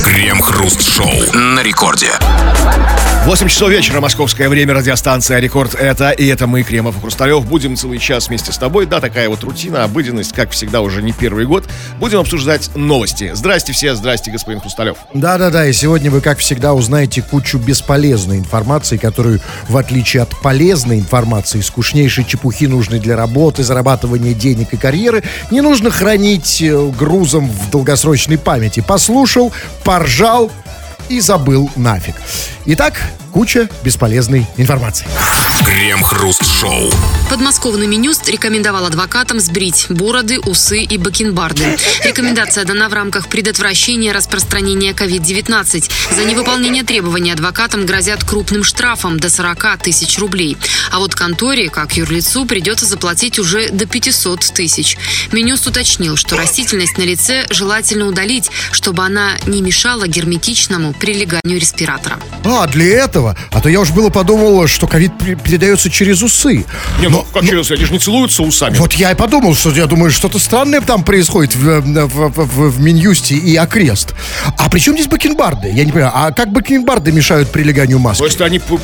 Крем-хруст-шоу на рекорде. 8 часов вечера, московское время, радиостанция «Рекорд». Это мы, Кремов и Хрусталев. Будем целый час вместе с тобой. Да, такая вот рутина, обыденность, как всегда, уже не первый год. Будем обсуждать новости. Здрасте все, здрасте, господин Хрусталев. Да, и сегодня вы, как всегда, узнаете кучу бесполезной информации, которую, в отличие от полезной информации, скучнейшей чепухи, нужной для работы, зарабатывания денег и карьеры, не нужно хранить грузом в долгосрочной памяти. Послушал, поржал и забыл нафиг. Итак, куча бесполезной информации. Крем-хруст-шоу. Подмосковный Минюст рекомендовал адвокатам сбрить бороды, усы и бакенбарды. Рекомендация дана в рамках предотвращения распространения COVID-19. За невыполнение требований адвокатам грозят крупным штрафом до 40 тысяч рублей. А вот конторе, как юрлицу, придется заплатить уже до 500 тысяч. Минюст уточнил, что растительность на лице желательно удалить, чтобы она не мешала герметичному прилеганию респиратора. Для этого? А то я уж было подумал, что ковид передается через усы. Как через усы? Они же не целуются усами. Вот я и подумал, что я думаю, что-то странное там происходит в Минюсте и окрест. А при чем здесь бакенбарды? Я не понимаю, а как бакенбарды мешают прилеганию маски? Если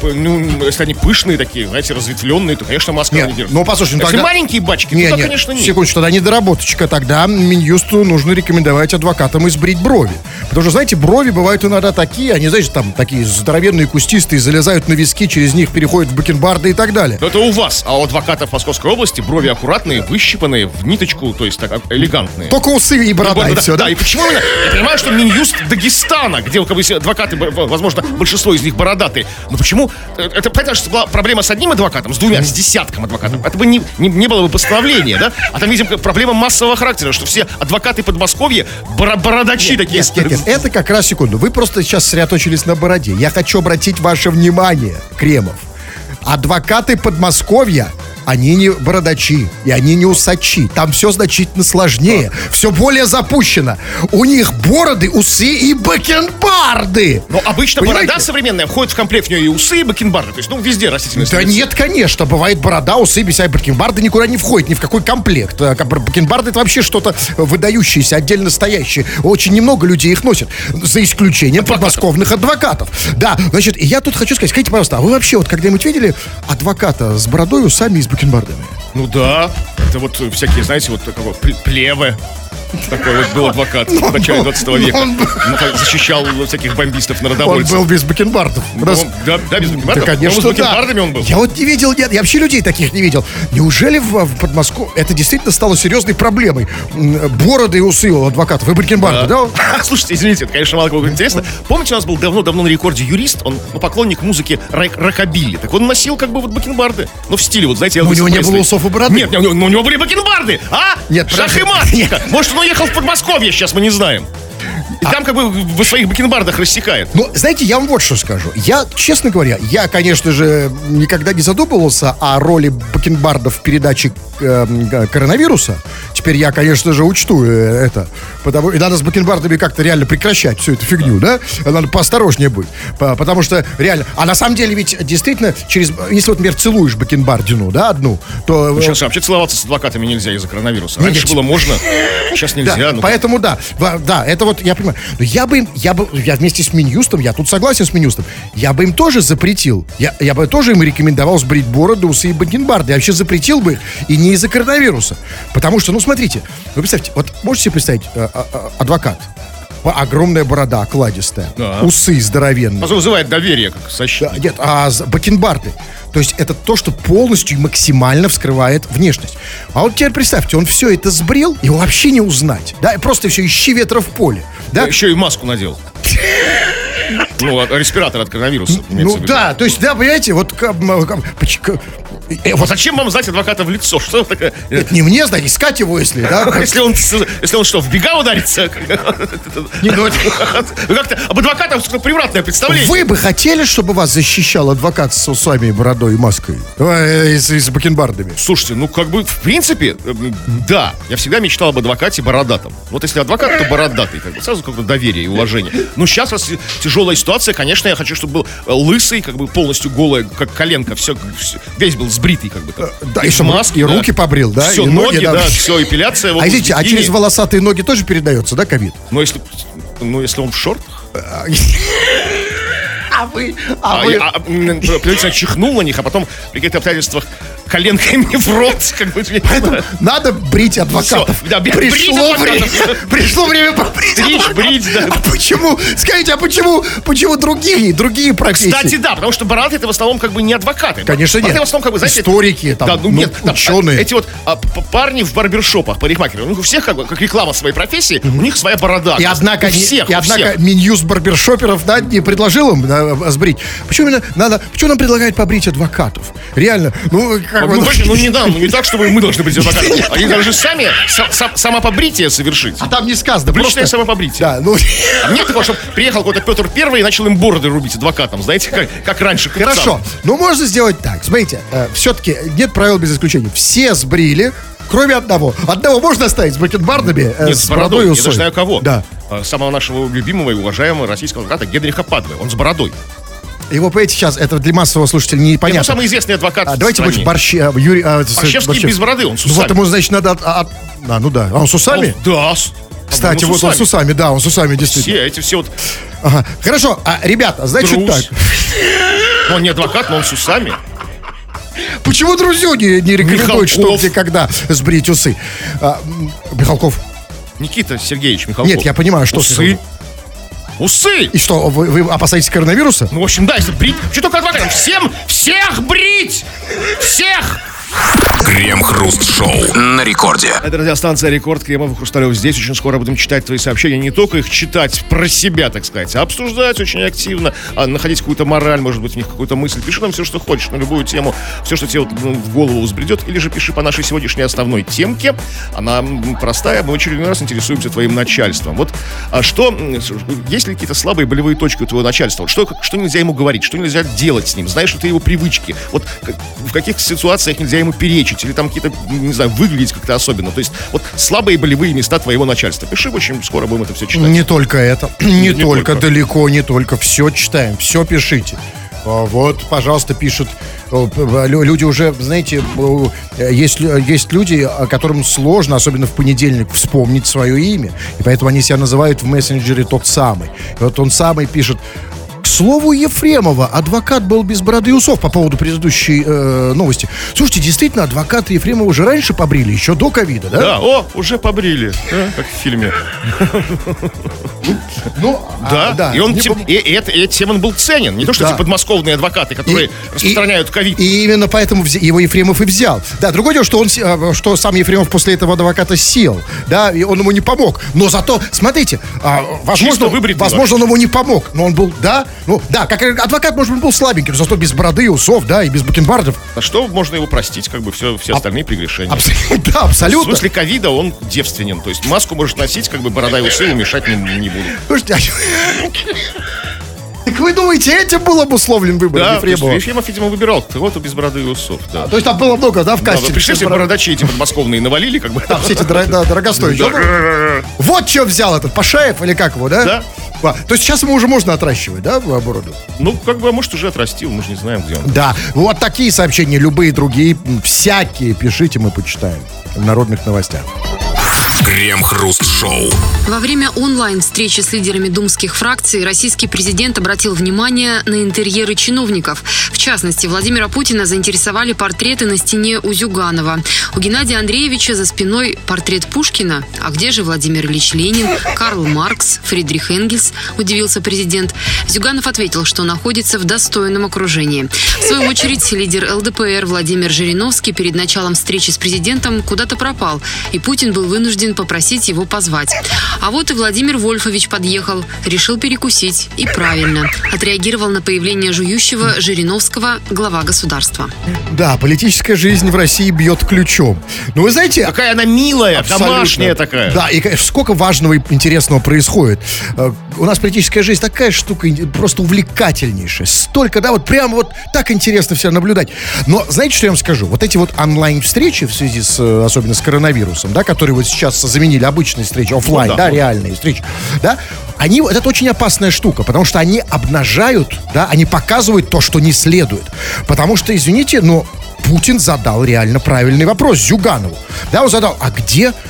они пышные такие, знаете, разветвленные, то, конечно, маска не держит. Послушай, если маленькие бачки, то, конечно, нет. Секундочку, тогда недоработочка. Тогда Минюсту нужно рекомендовать адвокатам избрить брови. Потому что, знаете, брови бывают иногда такие, они, знаете, там такие здоровенные, кустистые, залезают на виски, через них переходят в бакенбарды и так далее. Но это у вас, а у адвокатов Московской области брови аккуратные, выщипанные в ниточку, то есть так элегантные. Только усы и борода, и все, да? Да, и почему именно? Я понимаю, что Минюст Дагестана, где адвокаты, возможно, большинство из них бородатые. Но почему? Это, понятно, что была проблема с одним адвокатом, с двумя, с десятком адвокатов. Это бы не было бы постановления, да? А там, видим, проблема массового характера, что все адвокаты Подмосковья бородачи такие. Нет, это как раз, секунду. Вы просто сейчас сосредоточились на бороде. Я хочу обратить ваше внимание, Кремов. Адвокаты Подмосковья, они не бородачи, и они не усачи. Там все значительно сложнее, все более запущено. У них бороды, усы и бакенбарды. Но обычно борода современная входит в комплект, в нее и усы, и бакенбарды. То есть, везде растительность. Да нет, конечно, бывает борода, усы, бакенбарды никуда не входят, ни в какой комплект. Бакенбарды — это вообще что-то выдающееся, отдельно стоящее. Очень немного людей их носят, за исключением подмосковных адвокатов. Да, значит, я тут хочу сказать, скажите, пожалуйста, а вы вообще вот когда-нибудь видели адвоката с бородой, усами и с бакенбардами? Ну да, это вот всякие, знаете, вот такого плевы. Такой вот был адвокат в начале 20 века. Он защищал всяких бомбистов, народовольцев. Он был без бакенбардов. Да, без бакенбардов? Да, конечно, с бакенбардами он был. Я вот не видел, нет, я вообще людей таких не видел. Неужели в Подмосковье это действительно стало серьезной проблемой? Бороды и усы у адвокатов и бакенбарды, да? Слушайте, извините, это, конечно, мало кому интересно. Помните, у нас был давно-давно на рекорде юрист, он поклонник музыки рокобилли. Так он носил как бы вот бакенбарды. Ну, в стиле, вот, знаете, у него не было усов и бороды? Нет, у него были бакенбарды, а? Нет, шах и мат. Может, он уехал в Подмосковье, сейчас мы не знаем. И там как бы в своих бакенбардах рассекает. Ну, знаете, я вам вот что скажу. Я, честно говоря, конечно же, никогда не задумывался о роли бакенбардов в передаче коронавируса. Теперь я, конечно же, учту это. И надо с бакенбардами как-то реально прекращать всю эту фигню, да? Надо поосторожнее быть. Потому что реально... А на самом деле ведь действительно если вот, например, целуешь бакенбардину, да, одну, то... Сейчас вообще целоваться с адвокатами нельзя из-за коронавируса. Раньше было можно, сейчас нельзя. Да, поэтому да, это вот я понимаю. Но я вместе с Минюстом, я тут согласен с Минюстом, я бы им тоже запретил. Я бы тоже им рекомендовал сбрить бороды, усы и бакенбарды. Я вообще запретил бы их, и не из-за коронавируса. Потому что, смотрите, вы представьте, вот можете себе представить, адвокат, огромная борода, окладистая, усы здоровенные. Вызывает доверие, как защитник. Нет, бакенбарды. То есть это то, что полностью и максимально вскрывает внешность. А вот теперь представьте, он все это сбрил, его вообще не узнать. Да, просто все, ищи ветра в поле. Да? Еще и маску надел. Респиратор от коронавируса. Да, то есть, да, понимаете, вот зачем вам знать адвоката в лицо? Что такое? Это не мне знать, искать его, если, да? Если он что, в бега ударится? Как-то об адвокатах превратное представление. Вы бы хотели, чтобы вас защищал адвокат с усами, бородой и маской? С бакенбардами? Слушайте, в принципе, да. Я всегда мечтал об адвокате бородатом. Вот если адвокат, то бородатый. Сразу как-то доверие и уважение. Но сейчас, раз тяжелая ситуация, конечно, я хочу, чтобы был лысый, полностью голая, как коленка, весь был сбритый, Да, и маски, и руки побрил, да? Все, и ноги, да, все, эпиляция. А извините, через волосатые ноги тоже передается, да, ковид? Ну, если... Ну, если он в шортах. вы... Правительство чихнул на них, а потом при каких-то обстоятельствах коленкой мне в рот. Как бы, Поэтому надо брить адвокатов. Всё, да, Пришло время побрить Стричь, брить, да. А почему? Скажите, а почему другие профессии? Кстати, да, потому что бородаты это в основном как бы не адвокаты. Конечно, нет. В основном, как бы, знаете, историки, там, да, нет, ученые. Эти вот парни в барбершопах, парикмахеры, у них у всех, как реклама своей профессии, у них своя борода. И однако Минюст барбершоперов, да, не предложил им сбрить. Почему нам предлагают побрить адвокатов? Реально, не так, чтобы мы должны быть адвокатами. Они должны сами самопобритие совершить. А там не сказано. Личное самопобритие. Да, А мне такого, чтобы приехал какой-то Петр Первый и начал им бороды рубить адвокатам. Знаете, как раньше. Хорошо. Можно сделать так. Смотрите, все-таки нет правил без исключения. Все сбрили, кроме одного. Одного можно оставить с бакенбардами, с бородой. Я даже знаю кого. Да. Самого нашего любимого и уважаемого российского адвоката Генриха Падве. Он с бородой. Его, понимаете, сейчас, это для массового слушателя непонятно. Это самый известный адвокат в давайте стране. больше Борщевский без бороды, он с усами. Вот ему, значит, надо... ну да. А он с усами? Да. Кстати, вот он с усами, да, он с усами, действительно. Все вот... Ага. Хорошо, ребята, значит так. Он не адвокат, но он с усами. Почему друзью не рекомендуют, что где когда сбрить усы? Михалков. Никита Сергеевич Михалков. Нет, я понимаю, что... Усы. Усы! И что, вы опасаетесь коронавируса? Ну, в общем, да, если брить... Что только адвокатам? Всех брить! Всех! Крем-хруст-шоу на рекорде. Это радиостанция «Рекорд», Кремов, Хрусталев. Здесь очень скоро будем читать твои сообщения. Не только их читать про себя, так сказать, а обсуждать очень активно, находить какую-то мораль, может быть, в них какую-то мысль. Пиши нам все, что хочешь, на любую тему, все, что тебе в голову взбредет. Или же пиши по нашей сегодняшней основной темке. Она простая, мы в очередной раз интересуемся твоим начальством. Вот есть ли какие-то слабые болевые точки у твоего начальства? Что нельзя ему говорить, что нельзя делать с ним? Знаешь, что это его привычки? Вот в каких ситуациях нельзя ему перечить? Или там какие-то, не знаю, выглядеть как-то особенно. То есть вот слабые болевые места твоего начальства. Пиши, очень скоро будем это все читать. Не только это. Не только, далеко не только. Все читаем, все пишите. Вот, пожалуйста, пишут. Люди уже, знаете, есть люди, которым сложно, особенно в понедельник, вспомнить свое имя. И поэтому они себя называют в мессенджере тот самый. И вот он самый пишет: к слову Ефремова, адвокат был без бороды и усов, по поводу предыдущей новости. Слушайте, действительно, адвоката Ефремова уже раньше побрили, еще до ковида, да? Да, уже побрили, да, как в фильме. Да, и этим он был ценен. Не то, что эти подмосковные адвокаты, которые распространяют ковид. И именно поэтому его Ефремов и взял. Да, другое дело, что сам Ефремов после этого адвоката сел, да, и он ему не помог. Но зато, смотрите, возможно, он ему не помог, но он был, как адвокат, может быть, был слабенький, но зато без бороды и усов, да, и без бакенбардов. А что можно его простить, как бы все остальные прегрешения? Да, абсолютно. В смысле ковида он девственен, то есть маску может носить, как бы борода и усы ему мешать не будут. Слушайте, так вы думаете, этим был обусловлен выбор Ефремова? Да, Ефремов, видимо, выбирал кого-то без бороды и усов, да. То есть там было много, да, в качестве? Да, пришли все бородачи эти подмосковные навалили, как бы. Да, все эти дорогостоящие. Вот что взял этот, Пашаев или как его, да? Да. То есть сейчас ему уже можно отращивать, да, бороду? Ну, как бы, может, уже отрастил, мы же не знаем, где он. Да, вот такие сообщения, любые другие, всякие, пишите, мы почитаем в народных новостях. Крем-хруст-шоу. Во время онлайн-встречи с лидерами думских фракций российский президент обратил внимание на интерьеры чиновников. В частности, Владимира Путина заинтересовали портреты на стене у Зюганова. У Геннадия Андреевича за спиной портрет Пушкина. А где же Владимир Ильич Ленин, Карл Маркс, Фридрих Энгельс? Удивился президент. Зюганов ответил, что находится в достойном окружении. В свою очередь, лидер ЛДПР Владимир Жириновский перед началом встречи с президентом куда-то пропал, и Путин был вынужден попросить его позвать. А вот и Владимир Вольфович подъехал, решил перекусить. И правильно. Отреагировал на появление жующего Жириновского глава государства. Да, политическая жизнь в России бьет ключом. Ну, вы знаете... Какая она милая, домашняя такая. Да, и сколько важного и интересного происходит. У нас политическая жизнь такая штука, просто увлекательнейшая. Столько, да, вот прямо вот так интересно все наблюдать. Но знаете, что я вам скажу? Вот эти вот онлайн-встречи в связи с, особенно с коронавирусом, да, которые вот сейчас заменили обычные встречи, офлайн, да, реальные встречи, да, это очень опасная штука, потому что они обнажают, да, они показывают то, что не следует. Потому что, извините, но Путин задал реально правильный вопрос Зюганову. Да, он задал, а где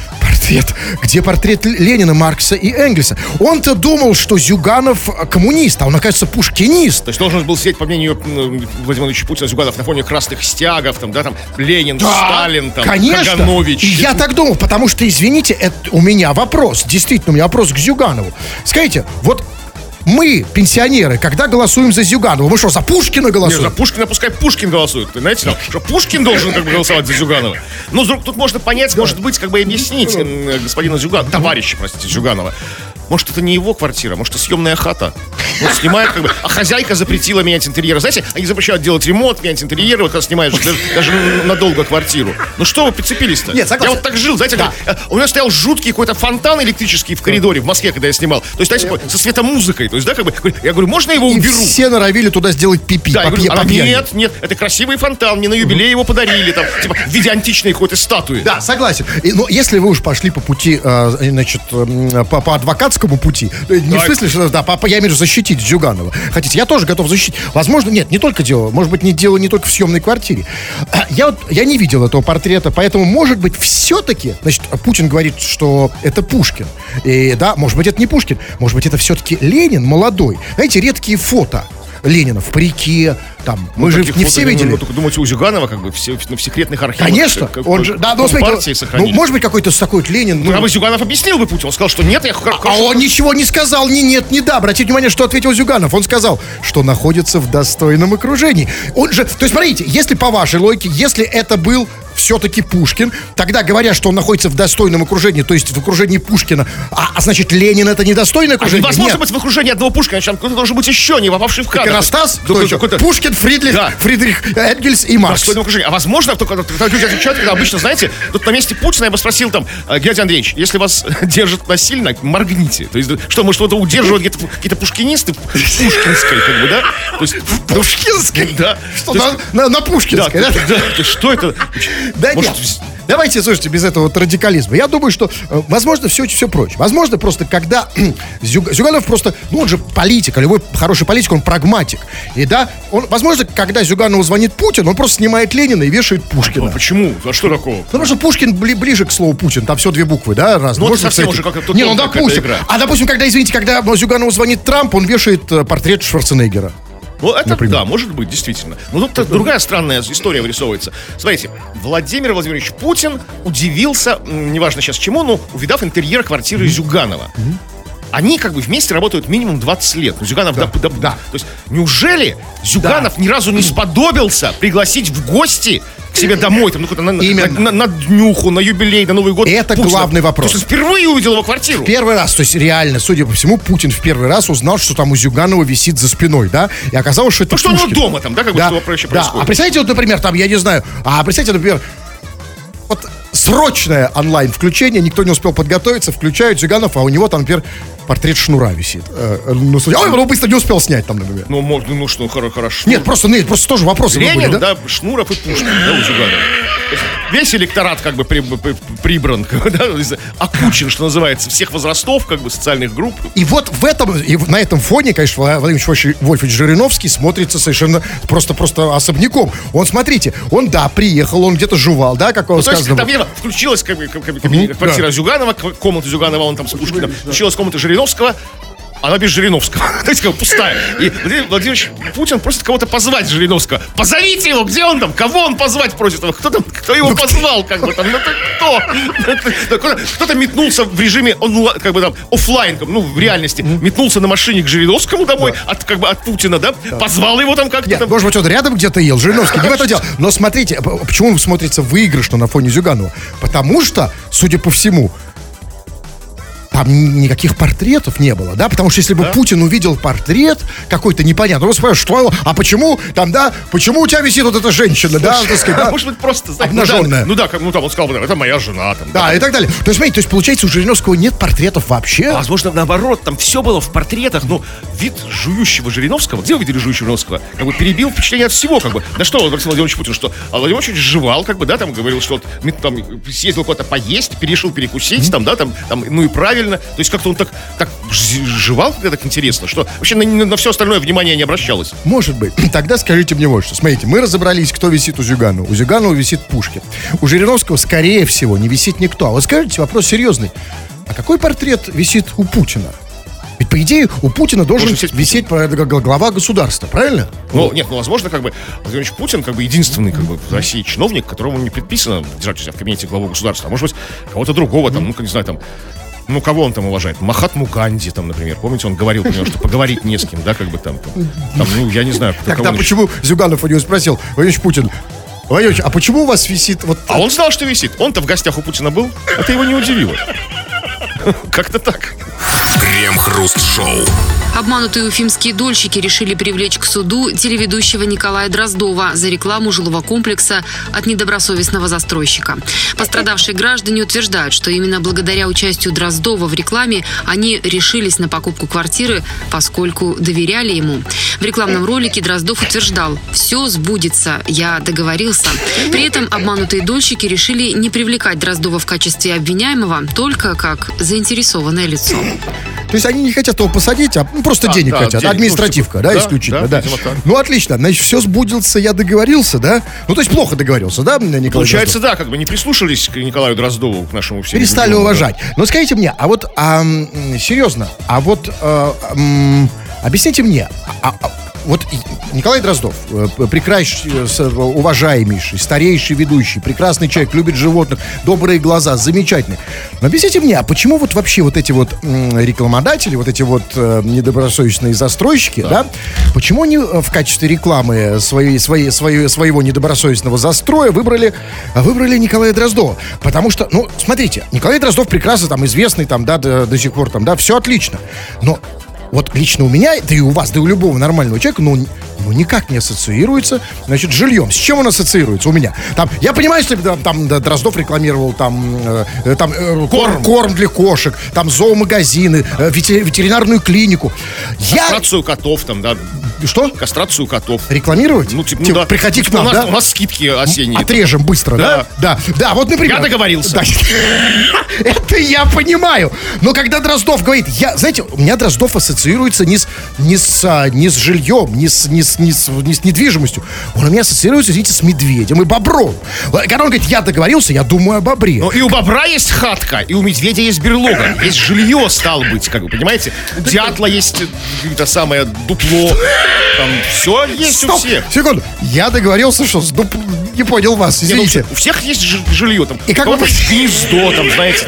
портрет? Где портрет Ленина, Маркса и Энгельса? Он-то думал, что Зюганов коммунист, а он, оказывается, пушкинист. То есть должен был сидеть, по мнению Владимира Владимировича Путина, Зюганов на фоне красных стягов, там, да, там, Ленин, Сталин, там, конечно. Каганович. И я так думал, потому что, извините, это у меня вопрос, действительно, у меня вопрос к Зюганову. Скажите, вот мы, пенсионеры, когда голосуем за Зюганова, мы что, за Пушкина голосуем? Нет, за Пушкина пускай Пушкин голосует. Вы знаете, что Пушкин должен как бы голосовать за Зюганова. Ну, тут можно понять, может быть, как бы объяснить господина Зюганова, товарища, простите, Зюганова. Может, это не его квартира, может, это съемная хата. Вот снимает как бы, а хозяйка запретила менять интерьеры. Знаете, они запрещают делать ремонт, менять интерьеры, вот когда снимаешь даже надолго квартиру. Ну что вы прицепились-то? Нет, согласен. Я вот так жил, знаете, Да. у меня стоял жуткий какой-то фонтан электрический в коридоре в Москве, когда я снимал. То есть, знаете, со светомузыкой. То есть, да, как бы, я говорю, можно я его И уберу? все норовили туда сделать пипи. Да, я говорю, по пьяни. нет, это красивый фонтан, мне на юбилей его подарили, там, типа, в виде античной какой-то статуи. Да, согласен. Но если вы уж пошли по пути, значит, по адвокатскому пути, не в смысле, что да, я имею в виду защитить Зюганова. Хотите, я тоже готов защитить. Возможно, нет, не только дело, может быть, дело не только в съемной квартире. Я не видел этого портрета, поэтому, может быть, все-таки, значит, Путин говорит, что это Пушкин. И, да, может быть, это не Пушкин, может быть, это все-таки Ленин молодой. Знаете, редкие фото Ленина в парике, там, мы же не все видели. Вы только думаете, у Зюганова как бы в секретных архивах. Конечно, он же, да, ну, смотрите, ну, может быть, какой-то такой вот Ленин. Ну, а вы Зюганов объяснил бы Путин, он сказал, что нет, я А он ничего не сказал, ни нет, ни да. Обратите внимание, что ответил Зюганов. Он сказал, что находится в достойном окружении. Он же, то есть, смотрите, если по вашей логике, если это был все-таки Пушкин, тогда говоря, что он находится в достойном окружении, то есть в окружении Пушкина, а значит, Ленин это недостойное окружение? Невозможно быть в окружении одного Пушкина, значит, кто-то должен быть еще, не попавший в кадр. Иконостас? Кто еще? Пушкин, Фридрих Энгельс и Маркс. А возможно, только люди отвечают, когда обычно, знаете, тут на месте Путина я бы спросил там, Геннадий Андреевич, если вас держат насильно, моргните. То есть, что, может, что-то удерживают какие-то пушкинисты в Пушкинской, как бы, да? То есть, Пушкинской? Да. Что, на Пушкинской, да? Да, что это? Да нет. Давайте, слушайте, без этого вот радикализма. Я думаю, что, возможно, все прочее. Возможно, просто когда Зюганов просто, ну, он же политик, а любой хороший политик, он прагматик. И да, возможно, когда Зюганову звонит Путин, он просто снимает Ленина и вешает Пушкина. А почему? А что такого? Потому что Пушкин ближе к слову Путин, там все две буквы, да, разные. Ну, это совсем уже как-то... Не, ну, допустим. А, допустим, когда Зюганову звонит Трамп, он вешает портрет Шварценеггера. Ну, это, например. да, может быть, действительно. Но тут другая странная история вырисовывается. Смотрите, Владимир Владимирович Путин удивился, неважно сейчас чему, но увидав интерьер квартиры Зюганова. Они как бы вместе работают минимум 20 лет. Ну, Зюганов, да. То есть, неужели Зюганов ни разу не сподобился пригласить в гости к себе домой, там, на днюху, на юбилей, на Новый год? Это Путина? главный вопрос. То есть, он впервые увидел его квартиру. Первый раз, то есть реально, судя по всему, Путин в первый раз узнал, что там у Зюганова висит за спиной, да? И оказалось, что это Ну, что Пушкин. у него дома там, да, как бы, что проще происходит. А представьте, вот, например, там, я не знаю, представьте, например, вот срочное онлайн-включение, никто не успел подготовиться, включают Зюганов, а у него там, например, портрет Шнура висит. Он быстро не успел снять там, например. Ну, можно, ну что, хорошо. Нет, просто тоже вопросы Ленин, были, да? да, Шнуров и Пушкин, да, у Зюганова. Весь электорат как бы прибран, да, окучен, что называется, всех возрастов, как бы, социальных групп. И вот на этом фоне, конечно, Владимир Вольфович Жириновский смотрится совершенно просто особняком. Смотрите, он, да, приехал, он где-то жевал, да, как он сказал. То есть, там включилась квартира Зюганова, комната Зюганова, он там с Пушкиным, включилась комната Жириновского, она без Жириновского, то есть, как бы, пустая. И Владимир Путин просит кого-то позвать Жириновского. Позовите его, где он там? Кого он позвать просит? Кто его позвал, как бы там? Ну, кто? Кто-то метнулся в режиме, как бы там, оффлайн, ну, в реальности, метнулся на машине к Жириновскому домой, как бы от Путина, да? Позвал его там как-то. Нет, может быть, он рядом где-то ел, Жириновский, не в это дело. Но смотрите, почему он смотрится выигрышно на фоне Зюганова? Потому что, судя по всему, там никаких портретов не было, да? Потому что если бы Путин увидел портрет какой-то непонятный, он спрашивает, что, а почему там, да, почему у тебя висит вот эта женщина, да, так сказать, да? Может быть, просто, знаете, обнаженная. Ну да, там он сказал, это моя жена, там. Да, и так далее. То есть, смотрите, получается, у Жириновского нет портретов вообще. Возможно, наоборот, там все было в портретах, но вид жующего Жириновского, где вы видели жующего Жириновского, как бы перебил впечатление от всего, как бы. Да что, он говорил Владимир Путин, что Владимир Владимирович жевал, как бы, да, там говорил, что вот, там съездил куда-то поесть, решил перекусить, там, да, там, ну и правильно. правильно. То есть как-то он так жевал, мне так интересно, что вообще на все остальное внимание не обращалось. Может быть. Тогда скажите мне вот что. Смотрите, мы разобрались, кто висит у Зюганова. У Зюганова висит Пушкин. У Жириновского, скорее всего, не висит никто. А вот скажите, вопрос серьезный. А какой портрет висит у Путина? Ведь, по идее, у Путина должен висеть глава государства, правильно? Ну, нет, возможно, Владимир Владимирович Путин, единственный, в России чиновник, которому не предписано держать у себя в кабинете главу государства. А может быть, кого-то другого, не знаю, кого он там уважает? Махатму Ганди, например. Помните, он говорил, что поговорить не с кем, да, я не знаю. Тогда почему Зюганов у него спросил: Владимир Путин, Владимир, а почему у вас висит вот... А он знал, что висит. Он-то в гостях у Путина был. Это его не удивило. Как-то так. Крем-хруст-шоу. Обманутые уфимские дольщики решили привлечь к суду телеведущего Николая Дроздова за рекламу жилого комплекса от недобросовестного застройщика. Пострадавшие граждане утверждают, что именно благодаря участию Дроздова в рекламе они решились на покупку квартиры, поскольку доверяли ему. В рекламном ролике Дроздов утверждал: «Все сбудется, я договорился». При этом обманутые дольщики решили не привлекать Дроздова в качестве обвиняемого, только как заинтересованное лицо. То есть они не хотят его посадить, а просто денег хотят. Денег, административка, исключительно. Да. Ну, отлично. Значит, все сбудется, я договорился, да? Ну, то есть плохо договорился, да, Николай Получается, Дроздов? не прислушались к Николаю Дроздову, к нашему всему. Перестали уважать. Но скажите мне, серьезно, объясните мне, вот Николай Дроздов, уважаемейший, старейший ведущий, прекрасный человек, любит животных, добрые глаза, замечательный. Но объясните мне, а почему вот вообще вот эти вот рекламодатели, вот эти вот недобросовестные застройщики, да, почему они в качестве рекламы своего недобросовестного застроя выбрали Николая Дроздова? Потому что, смотрите, Николай Дроздов прекрасно известный до сих пор все отлично. Но вот лично у меня, да и у вас, да и у любого нормального человека, никак не ассоциируется, с жильем. С чем он ассоциируется у меня? Я понимаю, что Дроздов рекламировал корм для кошек, зоомагазины, ветеринарную клинику. Кастрацию котов Что? Кастрацию котов. Рекламировать? Приходи к нам, у нас скидки осенние. Отрежем быстро, да? Да, вот, например. Я договорился. Это я понимаю. Но когда Дроздов говорит, знаете, у меня Дроздов ассоциируется не с жильем, не с недвижимостью. Он у меня ассоциируется, извините, с медведем и бобром. Когда он говорит, я договорился, я думаю о бобре. И у бобра есть хатка, и у медведя есть берлога. Есть жилье, стало быть, понимаете? У дятла есть это самое дупло. Все есть у всех. Секунду. Я договорился, что не понял вас, извините. У всех есть жилье. И как у кого-то гнездо, знаете.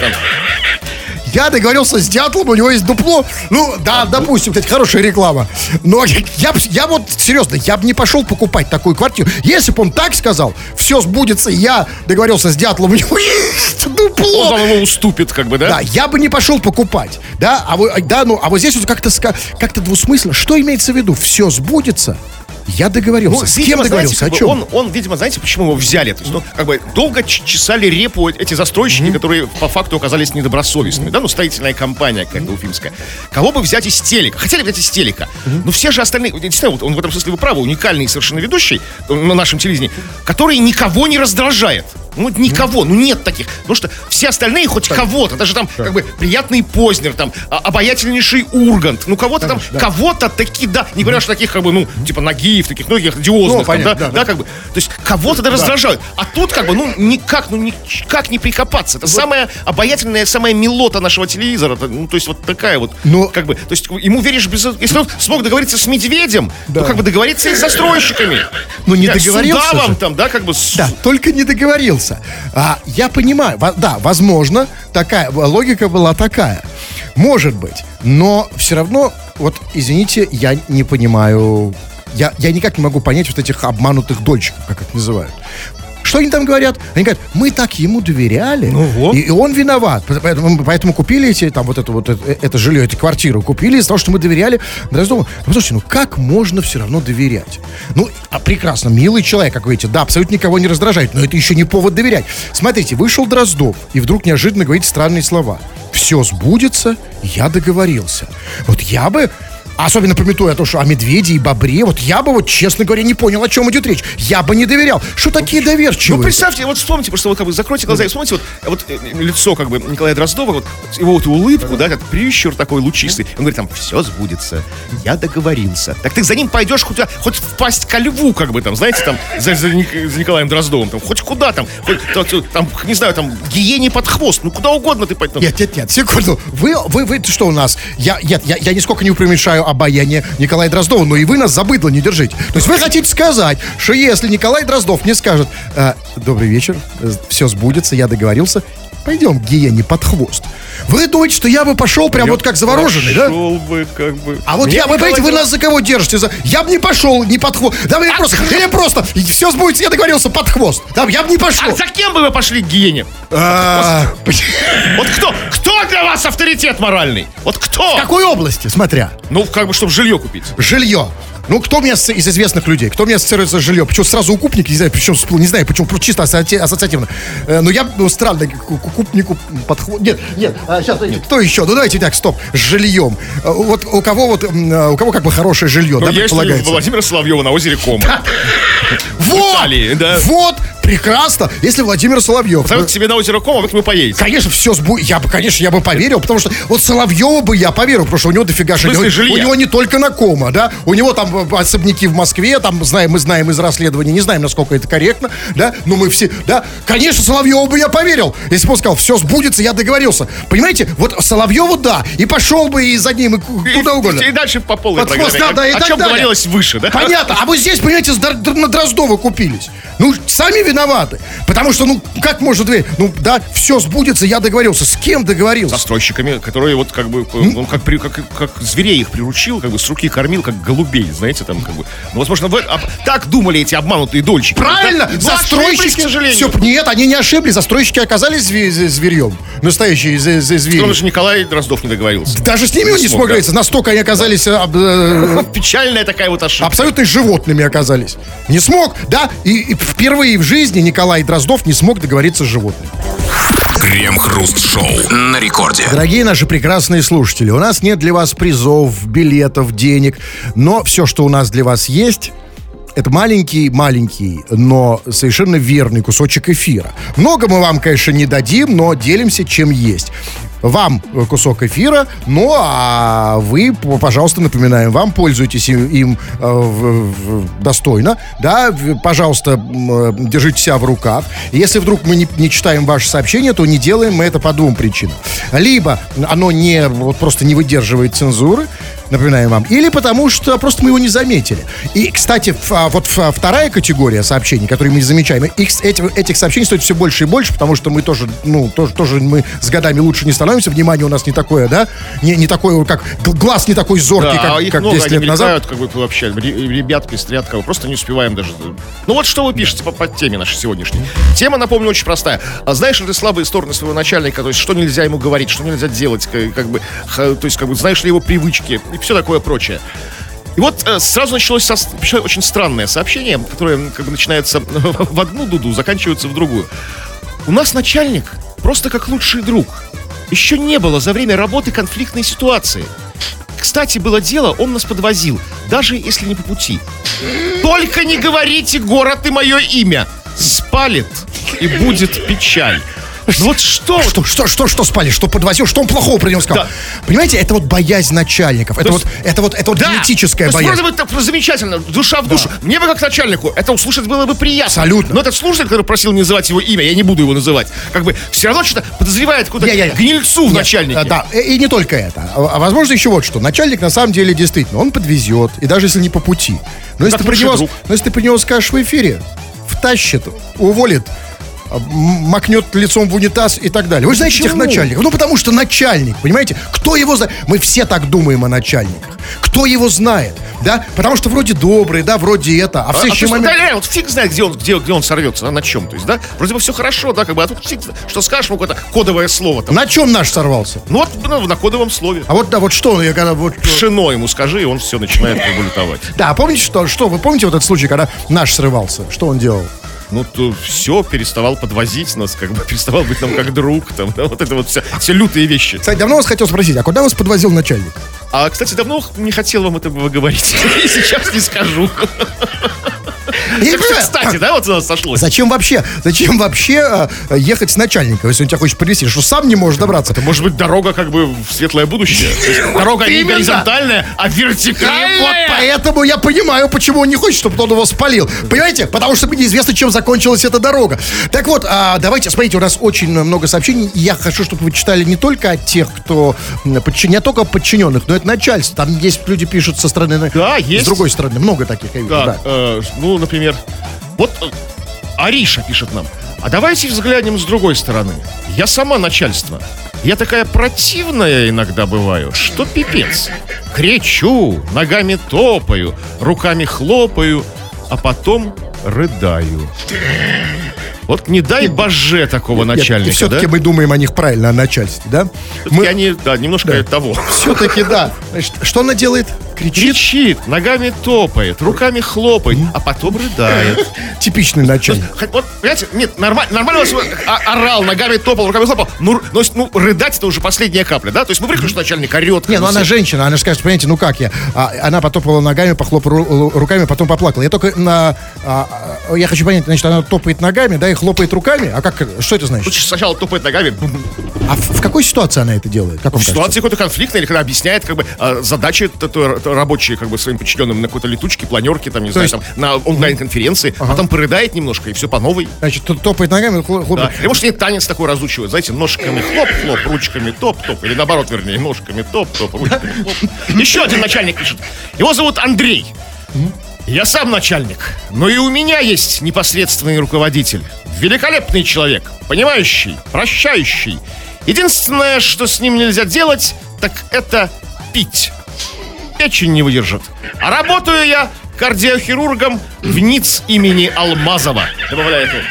Я договорился с дятлом, у него есть дупло. Допустим, кстати, хорошая реклама. Но я вот, серьезно, я бы не пошел покупать такую квартиру. Если бы он так сказал, все сбудется, я договорился с дятлом, у него есть дупло. Он вам его уступит, да? Да, я бы не пошел покупать. Да, а вот здесь вот как-то двусмысленно. Что имеется в виду? Все сбудется? Я договорился. С кем договорился? О чем? Он, видимо, знаете, почему его взяли? То есть, долго чесали репу эти застройщики, которые по факту оказались недобросовестными. Строительная компания какая-то уфимская. Кого бы взять из телека? Хотели взять из телека. Но все же остальные, действительно, он в этом смысле вы правы, уникальный совершенно ведущий на нашем телевидении, который никого не раздражает. Никого, нет таких. Потому что все остальные хоть кого-то, даже приятный Познер, обаятельнейший Ургант, кого-то кого-то такие, не говоря, что таких, типа Нагиев, таких многих одиозных, то есть кого-то раздражают. А тут, никак не прикопаться. Это самая обаятельная, самая милота нашего телевизора. То есть вот такая вот, то есть ему веришь без... Если он смог договориться с медведем, то договориться и с застройщиками. Не договорился. С удавом Да, только не договорился. Я понимаю, возможно, такая логика была такая. Может быть. Но все равно, извините, я не понимаю. Я никак не могу понять вот этих обманутых дольщиков, как их называют. Что они там говорят? Они говорят, мы так ему доверяли, и он виноват. Поэтому купили это жилье, эту квартиру купили из-за того, что мы доверяли Дроздову. Слушайте, как можно все равно доверять? Прекрасно, милый человек, как вы видите, абсолютно никого не раздражает, но это еще не повод доверять. Смотрите, вышел Дроздов, и вдруг неожиданно говорит странные слова. Все сбудется, я договорился. Я бы особенно памятуя то, что о медведе и бобре, вот я бы, вот, честно говоря, не понял, о чем идет речь. Я бы не доверял. Что такие доверчивые? Ну, представьте, вот вспомните, просто вот как бы закройте глаза и вспомните вот лицо как бы Николая Дроздова, вот его вот улыбку, да, как прищур такой лучистый. Он говорит, там, все сбудется, я договорился. Так ты за ним пойдешь хоть впасть ко льву, как бы там, знаете, там, за Николаем Дроздовым, там, хоть куда там, там, не знаю, там, гиене под хвост, ну, куда угодно ты пойдешь. Нет, секунду. Вы что у нас? Я нисколько не преуменьшаю обаяние Николая Дроздова, но и вы нас за быдло не держите. То есть вы хотите сказать, что если Николай Дроздов мне скажет: добрый вечер, все сбудется, я договорился, пойдем к гиене под хвост. Вы думаете, что я бы пошел прям вот как завороженный, да? Пошел бы, как бы. А вот вы понимаете, вы нас за кого держите? Я бы не пошел, не под хвост. Да, или просто все сбудется, я договорился, под хвост. Да, я бы не пошел. А за кем бы вы пошли к гиене? Вот кто для вас авторитет моральный? Вот кто? В какой области, смотря? Ну, как бы, чтобы жилье купить. Жилье. Ну, кто у меня из известных людей? Кто у меня ассоциируется с жильем? Почему сразу укупник? Не знаю, причем всплыл. Не знаю, почему, просто чисто ассоциативно. Но я, странно, к укупнику подход. Нет, сейчас, кто еще? Ну, давайте так, стоп. С жильем. Вот у кого как бы хорошее жилье, да, предполагается? Владимира Соловьева на озере Кома. Вот! Прекрасно, если Владимир Соловьев. Потому к себе на озеро Кома, вы к нему поедете. Конечно, все сбудется. Я бы поверил, потому что вот Соловьеву бы я поверил, потому что у него дофига жилья. У него не только на Кома, да? У него там особняки в Москве, там мы знаем из расследований, не знаем, насколько это корректно, да? Но мы все, да? Конечно, Соловьеву бы я поверил, если бы он сказал, все сбудется, я договорился. Понимаете, вот Соловьеву, да, и пошел бы и за ним, и куда угодно. И дальше по полной программе. О чем говорилось выше, да? Понятно, а вот здесь, понимаете, на Дроздова купились. Ну, сами виноваты. Потому что, как можно доверить? Ну, да, все сбудется, я договорился. С кем договорился? С застройщиками, которые вот как бы, он как зверей их приручил, как бы с руки кормил, как голубей, знаете, там как бы. Ну, возможно, так думали эти обманутые дольщики. Правильно! Да, застройщики, к сожалению. Нет, они не ошиблись. Застройщики оказались зверьем. Настоящие звери. Потому что Николай Дроздов не договорился. Даже с ними он не смог договориться. Настолько они оказались... Печальная такая вот ошибка. Абсолютно животными оказались. Не смог, да? И впервые в жизни Николай Дроздов не смог договориться с животными. Крем-хруст-шоу на рекорде. Дорогие наши прекрасные слушатели, у нас нет для вас призов, билетов, денег, но все, что у нас для вас есть... Это маленький, но совершенно верный кусочек эфира. Много мы вам, конечно, не дадим, но делимся, чем есть. Вам кусок эфира, ну а вы, пожалуйста, напоминаем, вам пользуйтесь им достойно, да, пожалуйста, держите себя в руках. Если вдруг мы не читаем ваши сообщения, то не делаем мы это по двум причинам. Либо оно просто не выдерживает цензуры, напоминаем вам, или потому что просто мы его не заметили. И, кстати, вот вторая категория сообщений, которые мы не замечаем, этих сообщений стоит все больше и больше, потому что мы тоже мы с годами лучше не становимся, внимание у нас не такое, да, не такое, как глаз не такой зоркий, да, как 10 лет назад. Как бы вообще, ребят пестрят, кого просто не успеваем даже. Ну вот что вы пишете по теме нашей сегодняшней. Тема, напомню, очень простая. А знаешь ли ты слабые стороны своего начальника, то есть что нельзя ему говорить, что нельзя делать, как бы, то есть как бы знаешь ли его привычки и все такое прочее. И вот сразу началось очень странное сообщение, которое как бы начинается в одну дуду, заканчивается в другую. У нас начальник просто как лучший друг. Еще не было за время работы конфликтной ситуации. Кстати, было дело, он нас подвозил, даже если не по пути. Только не говорите город и мое имя. Спалит, и будет печаль. Ну вот что спали, что подвозил, что он плохого про него сказал? Да. Понимаете, это вот боязнь начальников. Это генетическая боязнь. Вроде бы так замечательно, душа в душу. Мне бы как начальнику это услышать было бы приятно. Абсолютно. Но этот слушатель, который просил не называть его имя, я не буду его называть, как бы все равно что-то подозревает какую-то гнильцу в начальнике. Да, и не только это. А возможно еще вот что. Начальник на самом деле действительно, он подвезет, и даже если не по пути. Но если ты при него скажешь в эфире, втащит, уволит, макнет лицом в унитаз и так далее. Вы знаете этих начальников? Ну, потому что начальник, понимаете? Кто его знает? Мы все так думаем о начальниках. Кто его знает? Да? Потому что вроде добрый, да, вроде это. А в следующий момент... вот фиг знает, где он сорвется, на чем, то есть, да? Вроде бы все хорошо, да, как бы, а тут фиг, что скажешь, какое-то кодовое слово там. На чем наш сорвался? Ну, вот на кодовом слове. А вот, да, вот что, я когда вот... Пшено ему скажи, и он все начинает бултовать. Да, а помните, что? Вы помните вот этот случай, когда наш срывался? Что он делал? ну, то все, переставал подвозить нас, как бы, переставал быть нам как друг, там, да, вот это вот все лютые вещи. Кстати, давно вас хотел спросить, а куда вас подвозил начальник? А, кстати, давно не хотел вам это говорить. И сейчас не скажу. Я не понимаю, Кстати, да, вот у нас сошлось. Зачем вообще ехать с начальником, если он тебя хочет привезти, что сам не можешь добраться? Это может быть дорога как бы в светлое будущее. То есть дорога не Именно. горизонтальная, а И вот вертикальная. поэтому я понимаю, почему он не хочет, чтобы он его спалил. Понимаете? Потому что неизвестно, чем закончилась эта дорога. Так вот, давайте, смотрите, у нас очень много сообщений. И я хочу, чтобы вы читали не только от тех, кто не только подчиненных, но это начальство. Там есть люди пишут со стороны, Да, есть. с другой стороны. Много таких, я вижу, да. Так, ну, например, вот Ариша пишет нам. А давайте взглянем с другой стороны. Я сама начальство. Я такая противная иногда бываю, что пипец. Кричу, ногами топаю, руками хлопаю, а потом рыдаю. Вот не дай боже такого Нет, начальника, и все-таки да? мы думаем о них правильно, о начальстве, да? Всё-таки они, да, немножко того. Все-таки, да. Значит, что она делает? Кричит? Кричит, ногами топает, руками хлопает, а потом рыдает. Типичный начальник. Вот, понимаете, нет, нормально вас орал, ногами топал, руками хлопал. Ну, рыдать это уже последняя капля, да? То есть мы привыкли, что начальник орет. Не, ну она женщина, она же скажет, понимаете, ну как я? Она потопала ногами, похлопала руками, потом поплакала. Я только я хочу понять, значит, она топает ногами, да, и хлопает руками? А как, что это значит? Лучше сначала топает ногами. А в какой ситуации она это делает? Как вам В ситуации какой-то конфликтной, или когда объясняет, как бы, задачи рабочие, как бы, своим подчиненным на какой-то летучке, планерке, там, не знаю, там, на онлайн-конференции, потом порыдает немножко, и все по новой. Значит, топает ногами, хлопает. Да. Или может, нет, танец такой разучивают, знаете, ножками хлоп-хлоп, ручками топ-топ, или наоборот, вернее, ножками топ-топ, ручками хлоп. Еще один начальник пишет. Его зовут Андрей. Я сам начальник, но и у меня есть непосредственный руководитель. Великолепный человек, понимающий, прощающий. Единственное, что с ним нельзя делать, так это пить. Печень не выдержит. А работаю я кардиохирургом в НИЦ имени Алмазова. Добавляет он.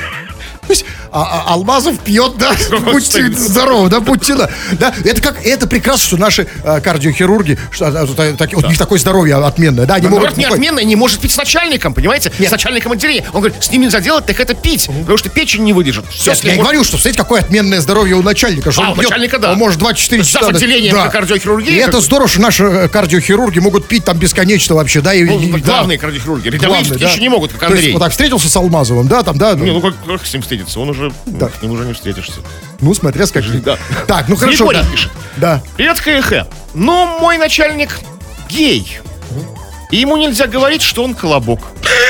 То есть, Алмазов пьет, да, будьте здоровы, да, будьте, да. Это прекрасно, что наши кардиохирурги, что, у них такое здоровье отменное, да, они могут... Не отменное, не может пить с начальником, понимаете? Нет. С начальником отделения. Он говорит, с ним нельзя делать, так это пить, потому что печень не выдержит. Все, Я и говорю, что, смотрите, какое отменное здоровье у начальника. Что у он пьет, начальника, да. Он может 24 часа... Зав. отделением да. кардиохирургии. И это здорово, что наши кардиохирурги могут пить там бесконечно вообще, да. Главные кардиохирурги. Рядовые еще не могут, как То есть, Андрей. вот так встретился с Алмазовым, да, там, да. Не, ну как с ним встретиться? Он уже, с ним уже не встретишься. Ну, смотря с каким. Да. Так, ну хорошо. Григорий Да. пишет. Да. Привет, ХХ. Ну, мой начальник гей. И ему нельзя говорить, что он колобок.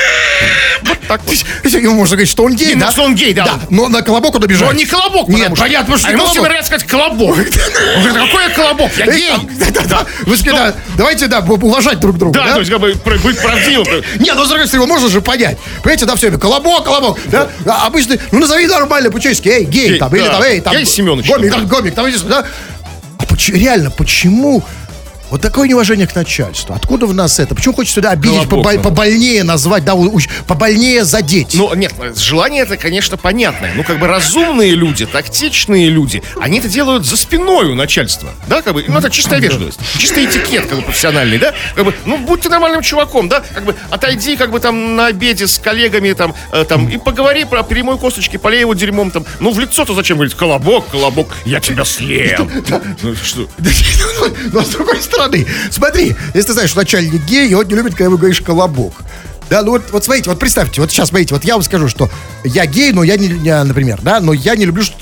Вот так вот. Ему можно говорить, что он гей, Ну, да? что он гей, да. Но на колобок он обижает. Он не колобок, Нет, потому что... понятно, что а не ему все колобок. нравится сказать колобок. Он говорит, какой я колобок? Я гей. Да. Вы сказали, давайте, да, уважать друг друга. Да, то есть, как бы, быть правдивым. Не, ну, с другой стороны, его можно же понять. Понимаете, да, все время, колобок, да? А обычно, ну, назови нормально по-человечески, эй, гей, там, или да. там, эй, там. Гей Семёныч, Гомик, там, да? А реально, почему... Вот такое неуважение к начальству. Откуда в нас это? Почему хочется сюда обидеть, побольнее назвать, да, побольнее задеть? Ну, нет, желание это, конечно, понятное. Ну, как бы разумные люди, тактичные люди, они это делают за спиной у начальства. Да, как бы, ну, это чистая вежливость, чистый этикет, как бы, профессиональный, да? Как бы, ну, будь ты нормальным чуваком, да? Как бы, отойди, как бы, там, на обеде с коллегами, там, и поговори про перемой косточки, полей его дерьмом, там. Ну, в лицо-то зачем говорить, колобок, я тебя съем. Ну, что? Но с другой стороны, смотри, если ты знаешь, что начальник гей, и он не любит, когда вы говоришь колобок. Да, ну вот смотрите, вот представьте, вот сейчас, смотрите, вот я вам скажу, что я гей, но я не, например, да, но я не люблю,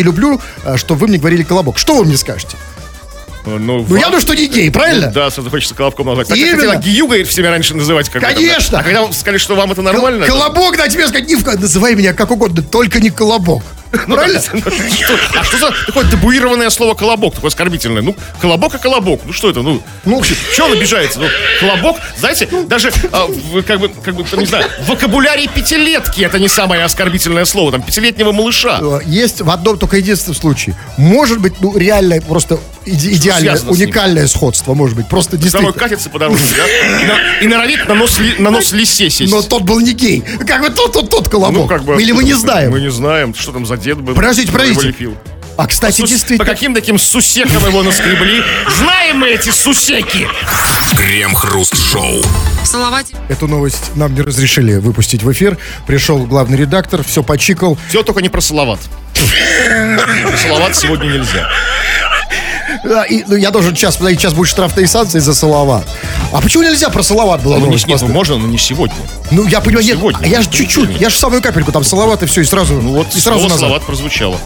что вы мне говорили колобок. Что вы мне скажете? Ну, явно, что не гей, правильно? Да, сразу хочется колобком назвать. Так Именно. хотела Гиюга всеми раньше называть. Конечно. А когда вы сказали, что вам это нормально... Колобок, да, тебе сказать, называй меня как угодно, только не колобок. Правильно? А что за такое табуированное слово колобок, такое оскорбительное? Ну, колобок и колобок. Ну, что это? Ну, что он обижается? Ну, колобок, знаете, даже, как бы, не знаю, в вокабуляре пятилетки это не самое оскорбительное слово, там, пятилетнего малыша. Есть в одном только единственном случае. Может быть, ну, реально, просто идеальное, уникальное сходство, может быть. Просто действительно. Второй катится по дороге, да? И норовит на нос лисе сесть. Но тот был не гей. Как бы тот колобок. Ну, как бы, или мы не знаем. Мы не знаем, что там за дед был. Подождите. Его лепил. А, кстати, По действительно. каким таким сусекам его наскребли? Знаем мы эти сусеки! Крем-хруст-шоу. В Салавате Эту новость нам не разрешили выпустить в эфир. Пришел главный редактор, все почикал. Все, только не про Салават. Про Салават сегодня нельзя. Я должен сейчас будет штрафные санкции за Салават. А почему нельзя про Салават было? Можно, но не сегодня. Ну, я понимаю, нет, Сегодня. я же чуть-чуть, я же самую капельку, там Салават и все, и сразу, Ну вот, и сразу слово назад. Салават прозвучало.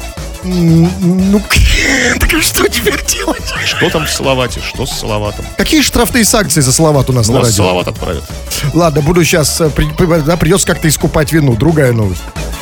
Ну, так что теперь делать? Что там в Салавате? Что с Салаватом? Какие штрафные санкции за Салават у нас Ну, на вас радио? Салават отправят. Ладно, буду сейчас, придется как-то искупать вину. Другая новость.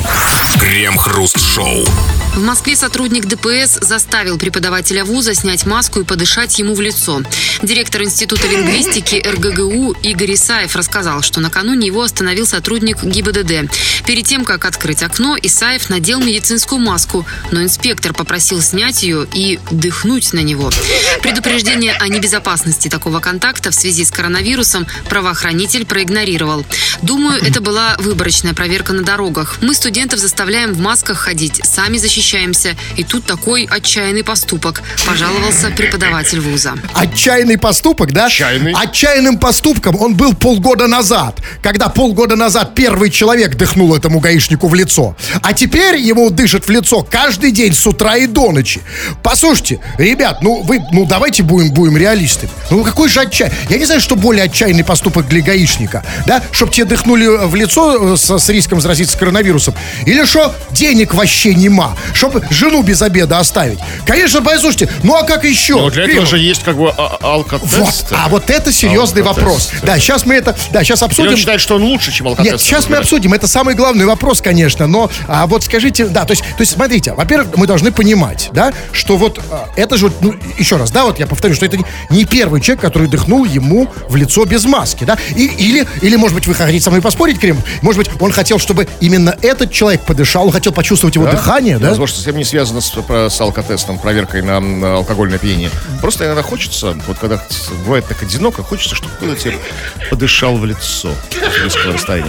Крем-хруст-шоу. В Москве сотрудник ДПС заставил преподавателя вуза снять маску и подышать ему в лицо. Директор Института лингвистики РГГУ Игорь Исаев рассказал, что накануне его остановил сотрудник ГИБДД. Перед тем, как открыть окно, Исаев надел медицинскую маску, но инспектор попросил снять ее и дыхнуть на него. Предупреждение о небезопасности такого контакта в связи с коронавирусом правоохранитель проигнорировал. Думаю, это была выборочная проверка на дорогах. Мы студентов заставляем в масках ходить, сами защищаемся. И тут такой отчаянный поступок, пожаловался преподаватель вуза. Отчаянный поступок, да? Отчаянный. Отчаянным поступком он был полгода назад, когда полгода назад первый человек дыхнул этому гаишнику в лицо. А теперь ему дышит в лицо каждый день с утра и до ночи. Послушайте, ребят, давайте будем реалистами. Ну какой же отчаянный? Я не знаю, что более отчаянный поступок для гаишника, да? Чтоб тебе дыхнули в лицо с риском заразиться коронавирусом. Или что денег вообще нема, чтобы жену без обеда оставить. Конечно, послушайте, ну а как еще? Но для этого же есть как бы алкотест. Вот, а вот это серьезный вопрос. Да, сейчас мы это, сейчас обсудим. Или он считает, что он лучше, чем алкотест? Нет, сейчас мы обсудим, это самый главный вопрос, конечно, но вот скажите, да, то есть смотрите, во-первых, мы должны понимать, да, что вот это же, еще раз, да, вот я повторю, что это не первый человек, который дыхнул ему в лицо без маски, да, или может быть, вы хотите со мной поспорить, Крем, может быть, он хотел, чтобы именно этот человек подышал, он хотел почувствовать его дыхание, да? Возможно, совсем не связано с алкотестом, проверкой на алкогольное опьянение. Просто иногда хочется, вот когда бывает так одиноко, хочется, чтобы кто-то тебе подышал в лицо с близкого расстояния.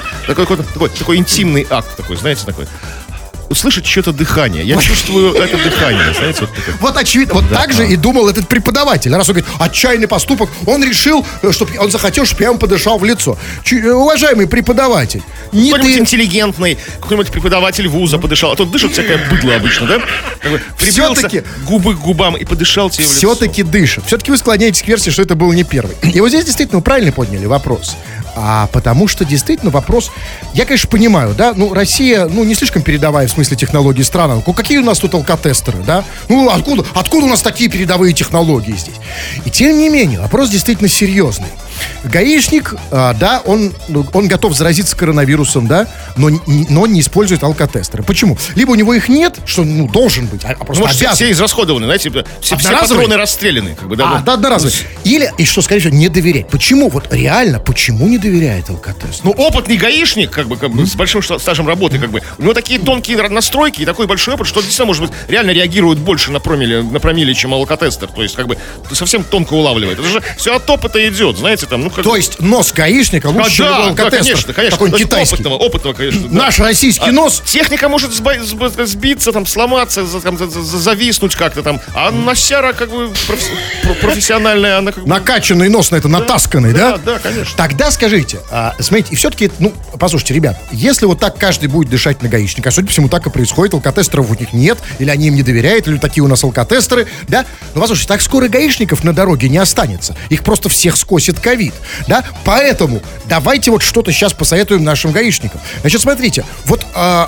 Такой интимный акт такой, знаете, такой. Услышать чье-то дыхание. Я чувствую это дыхание, знаете, вот такое. Вот очевидно, вот так же и думал этот преподаватель. Раз он говорит, отчаянный поступок, он решил, он захотел, чтобы я ему подышал в лицо. Уважаемый преподаватель, не Какой-нибудь ты... интеллигентный, какой-нибудь преподаватель вуза подышал. А то дышит всякое быдло обычно, да? Приблизился губы к губам и подышал тебе в лицо. Все-таки дышит. Все-таки вы склоняетесь к версии, что это был не первый. И вот здесь действительно вы правильно подняли вопрос. Потому что действительно вопрос... Я, конечно, понимаю, да? Россия, не слишком передовая в смысле технологий страна. Какие у нас тут алкотестеры, да? Откуда у нас такие передовые технологии здесь? И тем не менее, вопрос действительно серьезный. Гаишник, да, он готов заразиться коронавирусом, да, но не использует алкотестеры. Почему? Либо у него их нет, что должен быть, а просто обязан. Все израсходованы, знаете, все патроны расстреляны. Как бы, да, одноразовые. И что, скорее всего, не доверять. Почему? Вот реально, почему не доверяет алкотестер? Опытный гаишник, как бы, с большим стажем работы, как бы, у него такие тонкие настройки и такой большой опыт, что он действительно, может быть, реально реагирует больше на промилле, чем алкотестер. То есть, как бы, совсем тонко улавливает. Это же все от опыта идет, знаете, там, То есть нос гаишника лучше, чем алкотестер. Конечно. Какой-нибудь китайский. Опытного, конечно. Наш российский нос. Техника может сбиться, там, сломаться, зависнуть как-то там. А носяра, как бы, профессиональная, она как бы... Накачанный нос на это, натасканный, да? Да, конечно. Тогда скажите, смотрите, и все-таки, послушайте, ребят, если вот так каждый будет дышать на гаишника, судя по всему, так и происходит, алкотестеров у них нет, или они им не доверяют, или такие у нас алкотестеры, да? Но, послушайте, так скоро гаишников на дороге не останется. Их просто всех скосит ковид, да? Поэтому давайте вот что-то сейчас посоветуем нашим гаишникам. Значит, смотрите, вот,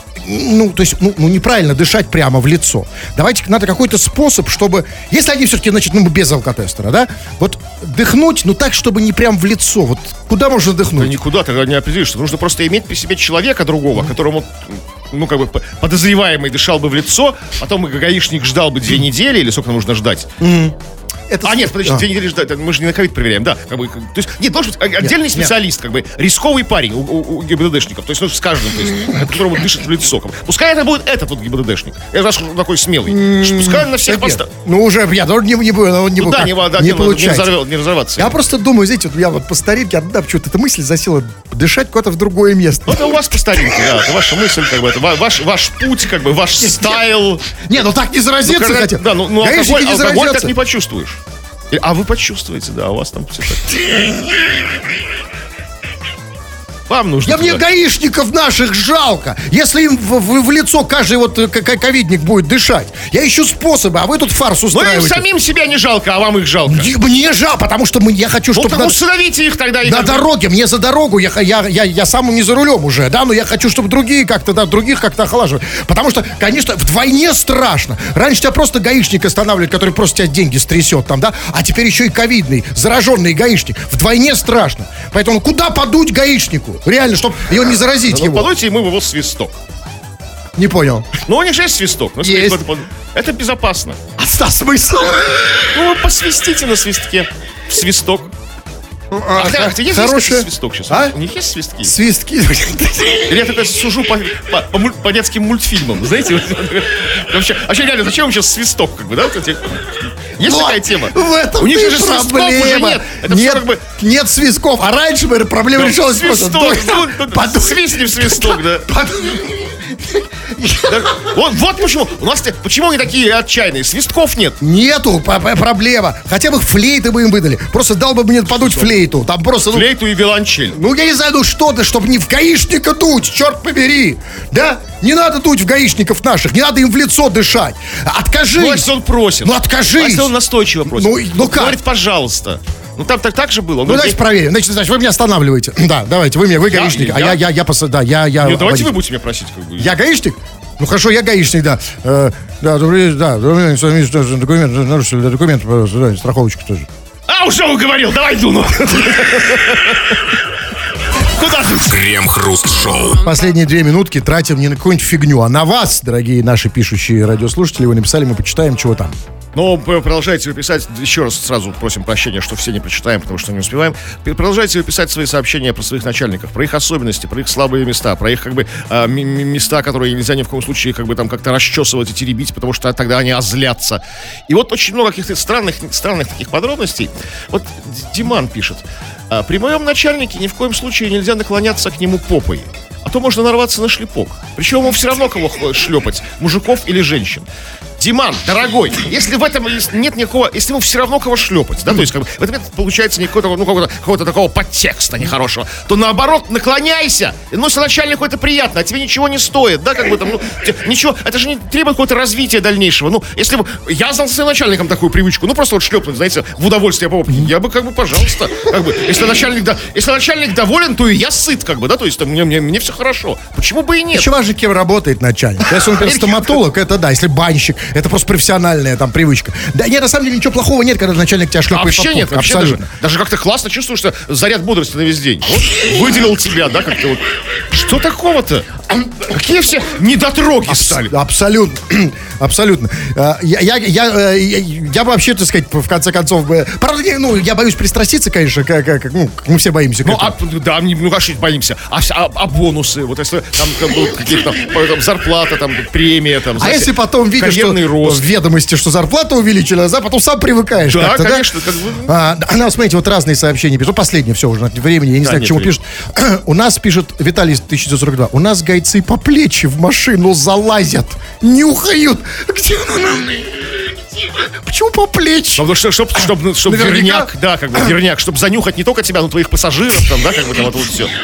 неправильно дышать прямо в лицо. Давайте, надо какой-то способ, чтобы, если они все-таки, значит, без алкотестера, да? Вот дыхнуть, так, чтобы не прям в лицо. Вот куда можно дыхнуть? Да никуда ты не определишь. Нужно просто иметь при себе человека другого, которому, подозреваемый дышал бы в лицо, потом гаишник ждал бы 2 недели, или сколько нужно ждать. Нет, подожди, 2 недели ждать, мы же не на ковид проверяем, да. То есть, должен быть отдельный специалист, рисковый парень у ГИБДДшников, то есть, с каждым, которому дышит в лицо. Пускай это будет этот вот ГИБДДшник. Я знаю, что он такой смелый. Пускай он на всех поставит. Уже, не получается. Не разорваться. Я просто думаю, знаете, я вот по старинке, почему-то эта мысль засела, дышать куда-то в другое место. Это у вас по старинке, да, это ваша мысль, это ваш путь, ваш стайл. Так не заразиться хотя. Да, алкоголь так не почувствуешь. А вы почувствуете, да, у вас там все так. Вам нужно. Я мне гаишников наших жалко. Если им в лицо каждый вот ковидник будет дышать. Я ищу способы, а вы тут фарс Ну, им устраиваете. самим себя не жалко, а вам их жалко. Мне жалко, потому что я хочу, Ну, чтобы... так усыновите их тогда. И На тогда- дороге, мне за дорогу, я сам не за рулем уже, да, но я хочу, чтобы другие как-то, да, других как-то охлаживать. Потому что, конечно, вдвойне страшно. Раньше тебя просто гаишник останавливает, который просто тебя деньги стрясет там, да, а теперь еще и ковидный, зараженный гаишник. Вдвойне страшно. Поэтому куда подуть гаишнику? Реально, чтобы его не заразить Ну, его. подуйте ему в его свисток. Не понял. Ну, у них же есть свисток. Ну, Есть. Это безопасно. А смысл? Ну, вы посвистите на свистке. В свисток. Хотя есть Хорошая. свисток сейчас? А? У них есть свистки? Свистки. Или я такой сужу по детским мультфильмам, знаете? Вообще реально, зачем им сейчас свисток, как бы, да? Есть Вот, такая тема? В этом У них и же свистков уже проблема. нет. Это все как бы... Нет свистков. А раньше бы проблема решалась просто. Свисток, свистни в свисток, да. Вот почему. У нас почему они такие отчаянные? Свистков нет. Нету проблема. Хотя бы флейты бы им выдали. Просто дал бы мне подуть флейту. Там просто... Флейту и виолончель. Ну, я не знаю, ну что-то, чтобы не в гаишника дуть, черт побери. Да? Не надо дуть в гаишников наших, не надо им в лицо дышать. Откажись. Ну, если он просит. Ну, откажись. А если он настойчиво просит? Ну как? Говорит, пожалуйста. Ну, там так же было. Он Ну, говорит, давайте проверим. Значит, вы меня останавливаете. Да, давайте, вы гаишник. А я Нет, давайте водитель. вы будете меня просить. Как бы. Я гаишник? Ну хорошо, я гаишник, да. Добрый день, документ, пожалуйста, да, страховочку тоже. А, уже уговорил, давай, Дуну. Куда ты? Крем-хруст-шоу. Последние 2 минутки тратим не на какую-нибудь фигню, а на вас, дорогие наши пишущие радиослушатели. Вы написали, мы почитаем, чего там. Ну, продолжайте вы писать. Еще раз сразу просим прощения, что все не прочитаем, потому что не успеваем. Продолжайте вы писать свои сообщения про своих начальников, про их особенности, про их слабые места, про их как бы места, которые нельзя ни в коем случае как бы там как-то расчесывать и теребить, потому что тогда они озлятся. И вот очень много каких-то странных таких подробностей. Вот Диман пишет. При моем начальнике ни в коем случае нельзя наклоняться к нему попой. А то можно нарваться на шлепок. Причем ему все равно кого шлепать, мужиков или женщин. Диман, дорогой, если в этом нет никакого, если ему все равно кого шлепать, да, то есть как бы в этом нет, получается никакого, ну, какого-то такого подтекста нехорошего, то наоборот, наклоняйся. Ну, если начальнику это приятно, а тебе ничего не стоит, да, как бы там, ну, ничего, это же не требует какого-то развития дальнейшего. Ну, если бы я знал со своим начальником такую привычку, ну, просто вот шлепнуть, знаете, в удовольствие по попке, я бы как бы, пожалуйста, как бы, если начальник доволен, то и я сыт, как бы, да, то есть там, мне все хорошо. Почему бы и нет? Еще важно, кем работает начальник. Если он, например, стоматолог, это да, если банщик, это просто профессиональная там привычка. Да нет, на самом деле ничего плохого нет, когда начальник тебя шлепает Вообще по нет, попке. вообще Абсолютно. даже как-то классно чувствуешь, что заряд бодрости на весь день. Вот, выделил тебя, да, как-то вот. Что такого-то? Какие все недотроги стали? Абсолютно. Абсолютно. Я бы вообще, так сказать, в конце концов бы... Правда, я боюсь пристраститься, конечно, как мы все боимся. Ну, да, конечно, боимся. А бонусы? Вот если там какие-то там зарплата, там, премия, там, А если потом видишь, что рост. в ведомости, что зарплата увеличилась, а потом сам привыкаешь. Да, как-то, конечно. Да? Смотрите, вот разные сообщения пишут. Последнее, все, уже нет времени, я не знаю, к чему пишут. У нас, пишет Виталий 1942, у нас гайцы по плечи в машину залазят, нюхают. Где он? Почему по плечи? Потому что, чтобы верняк, да, как бы верняк, чтобы занюхать не только тебя, но твоих пассажиров, там, да, как бы там это вот все.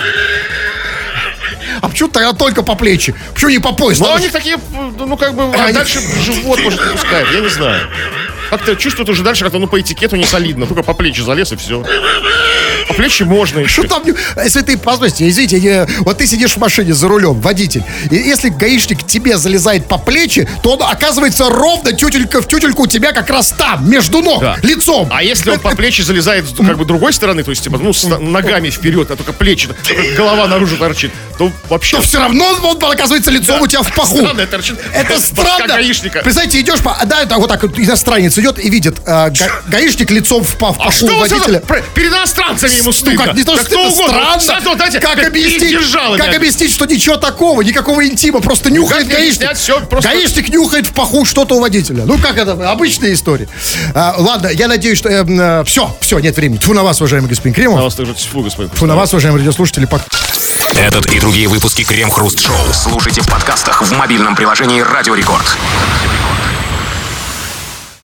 А почему тогда только по плечи? Почему не по пояс? Ну, они такие, ну, как бы, дальше живот, может, не пускает, я не знаю. Как-то чувствует уже дальше, как-то, по этикету не солидно. Только по плечи залез и все. По плечи можно еще. Что там? Если ты, послушайте, извините, вот ты сидишь в машине за рулем, водитель, и если гаишник тебе залезает по плечи, то он оказывается ровно тютелька в тютельку у тебя как раз там, между ног, Да. лицом. А если он по плечи залезает как бы другой стороны, то есть типа, с ногами вперед, а только плечи, голова наружу торчит, то вообще... То все равно он оказывается лицом у тебя в паху. Странно торчит. Это Башка странно. гаишника. Представьте, идешь вот так вот иностранец идет и видит гаишник лицом в паху А что вы водителя. перед иностранцами ему стыдно? Как не то, Да что кто это угодно. странно. Знаете, Как держал меня. объяснить, что ничего такого, никакого интима, просто нюхает Как гаишник. объяснять? Всё просто- Гаишник нюхает в паху что-то у водителя. Ну как это? Обычная история. Ладно, я надеюсь, что... Все, нет времени. Тьфу на вас, уважаемый господин Кремов. На вас тоже тьфу, господин. Тьфу на вас, уважаемые радиослушатели. Этот и другие выпуски Крем-хруст-шоу слушайте в подкастах в мобильном приложении «Радио Рекорд».